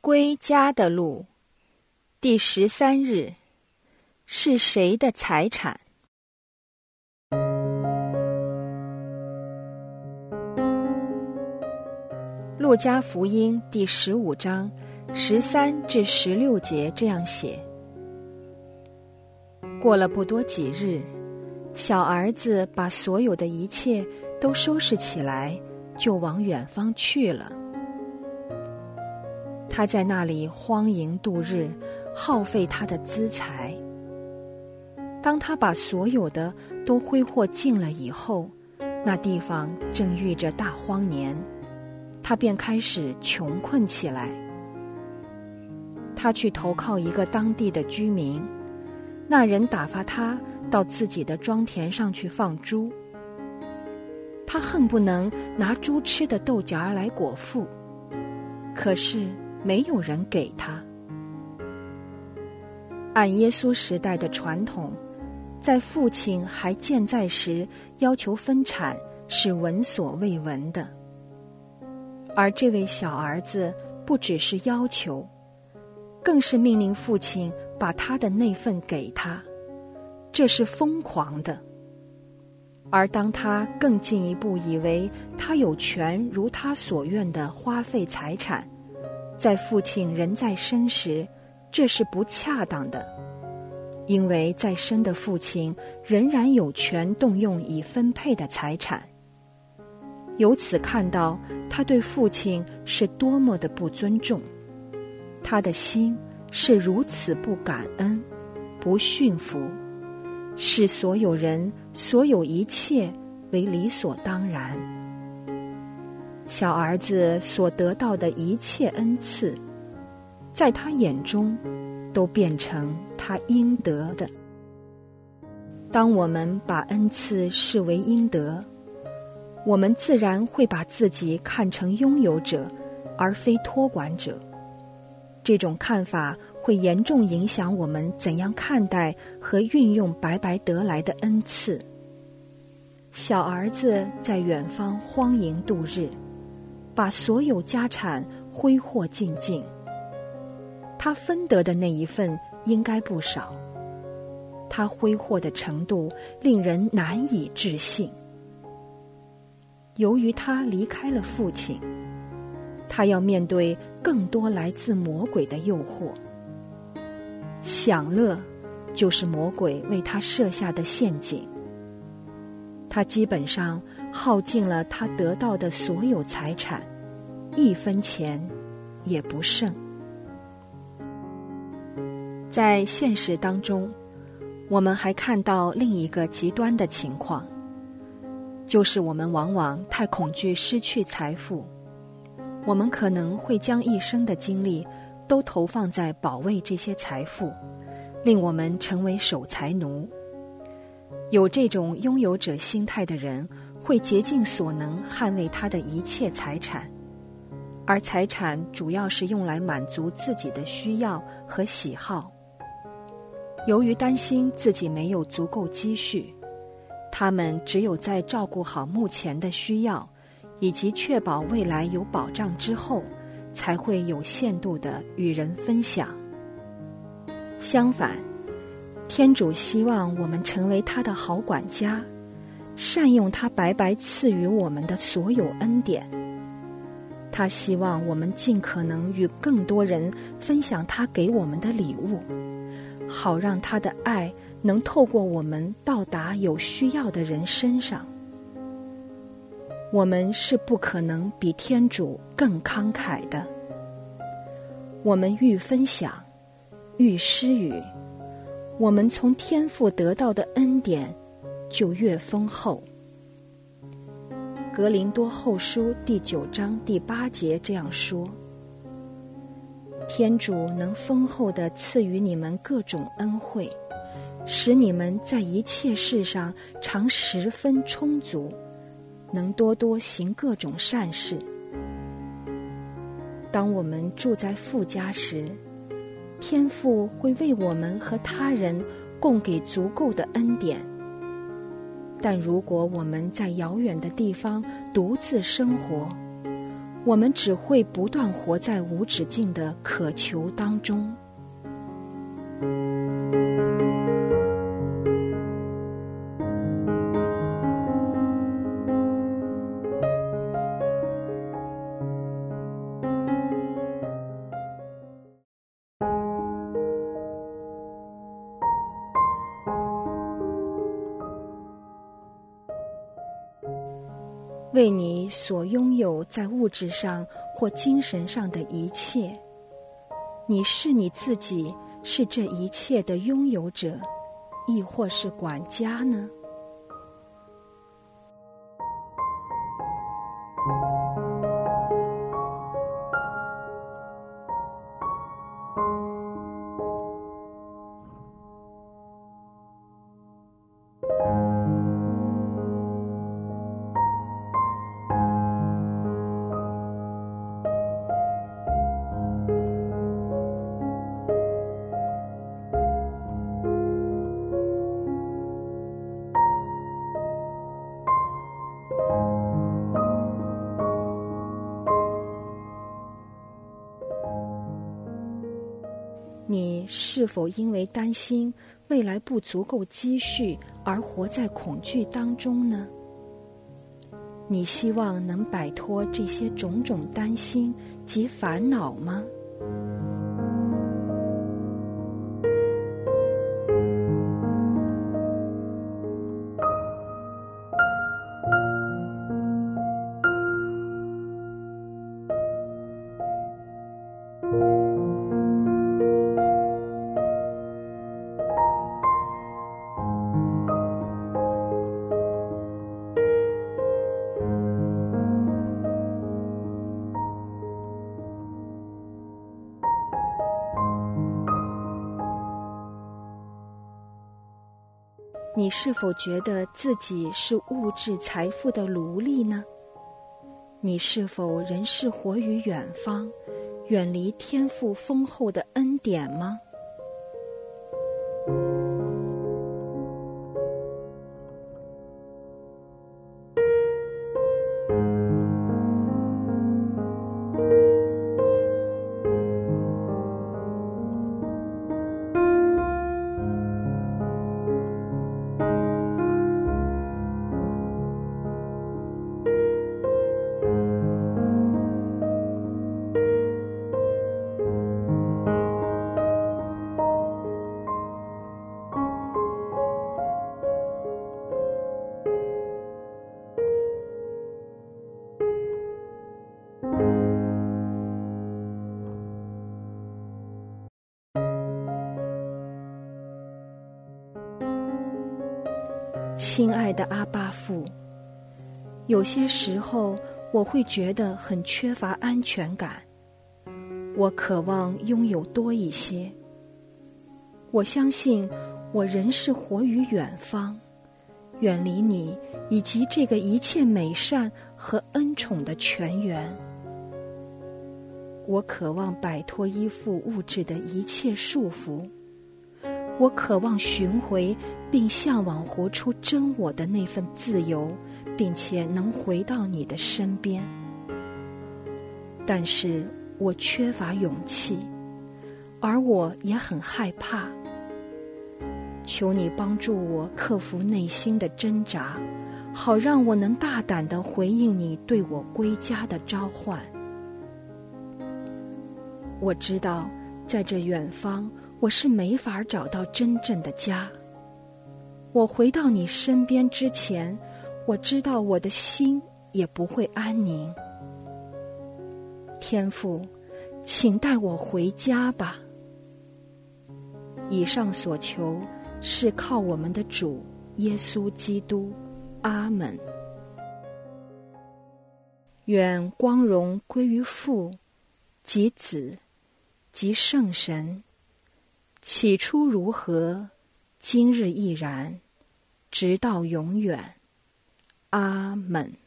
归家的路，第13日，是谁的财产？路加福音第15章13至16节这样写：过了不多几日，小儿子把所有的一切都收拾起来，就往远方去了。他在那里荒淫度日，耗费他的资财。当他把所有的都挥霍尽了以后，那地方正遇着大荒年，他便开始穷困起来。他去投靠一个当地的居民，那人打发他到自己的庄田上去放猪。他恨不能拿猪吃的豆荚来果腹，可是没有人给他。按耶稣时代的传统，在父亲还健在时要求分产是闻所未闻的。而这位小儿子不只是要求，更是命令父亲把他的那份给他，这是疯狂的。而当他更进一步以为他有权如他所愿地花费财产，在父亲人在生时，这是不恰当的，因为在生的父亲仍然有权动用已分配的财产。由此看到他对父亲是多么的不尊重，他的心是如此不感恩、不驯服，视所有人、所有一切为理所当然。小儿子所得到的一切恩赐，在他眼中都变成他应得的。当我们把恩赐视为应得，我们自然会把自己看成拥有者，而非托管者。这种看法会严重影响我们怎样看待和运用白白得来的恩赐。小儿子在远方荒淫度日，把所有家产挥霍尽尽。他分得的那一份应该不少，他挥霍的程度令人难以置信。由于他离开了父亲，他要面对更多来自魔鬼的诱惑。享乐就是魔鬼为他设下的陷阱。他基本上耗尽了他得到的所有财产，一分钱也不剩。在现实当中，我们还看到另一个极端的情况，就是我们往往太恐惧失去财富，我们可能会将一生的精力都投放在保卫这些财富，令我们成为守财奴。有这种拥有者心态的人，会竭尽所能捍卫他的一切财产，而财产主要是用来满足自己的需要和喜好。由于担心自己没有足够积蓄，他们只有在照顾好目前的需要，以及确保未来有保障之后，才会有限度地与人分享。相反，天主希望我们成为他的好管家，善用他白白赐予我们的所有恩典。他希望我们尽可能与更多人分享他给我们的礼物，好让他的爱能透过我们到达有需要的人身上。我们是不可能比天主更慷慨的。我们愈分享，愈施予，我们从天父得到的恩典就越丰厚。格林多后书第9章第8节这样说：天主能丰厚地赐予你们各种恩惠，使你们在一切事上常十分充足，能多多行各种善事。当我们住在父家时，天父会为我们和他人供给足够的恩典。但如果我们在遥远的地方独自生活， 我们只会不断活在无止境的渴求当中。为你所拥有在物质上或精神上的一切，你是你自己是这一切的拥有者，亦或是管家呢？你是否因为担心未来不足够积蓄而活在恐惧当中呢？你希望能摆脱这些种种担心及烦恼吗？你是否觉得自己是物质财富的奴隶呢？你是否仍是活于远方，远离天父丰厚的恩典吗？亲爱的阿爸父，有些时候我会觉得很缺乏安全感，我渴望拥有多一些。我相信我仍是活于远方，远离你以及这个一切美善和恩宠的泉源。我渴望摆脱依附物质的一切束缚，我渴望寻回并向往活出真我的那份自由，并且能回到你的身边。但是我缺乏勇气，而我也很害怕。求你帮助我克服内心的挣扎，好让我能大胆地回应你对我归家的召唤。我知道在这远方我是没法找到真正的家。我回到你身边之前，我知道我的心也不会安宁。天父，请带我回家吧。以上所求是靠我们的主耶稣基督。阿们。愿光荣归于父及子及圣神，起初如何，今日亦然，直到永远。阿们。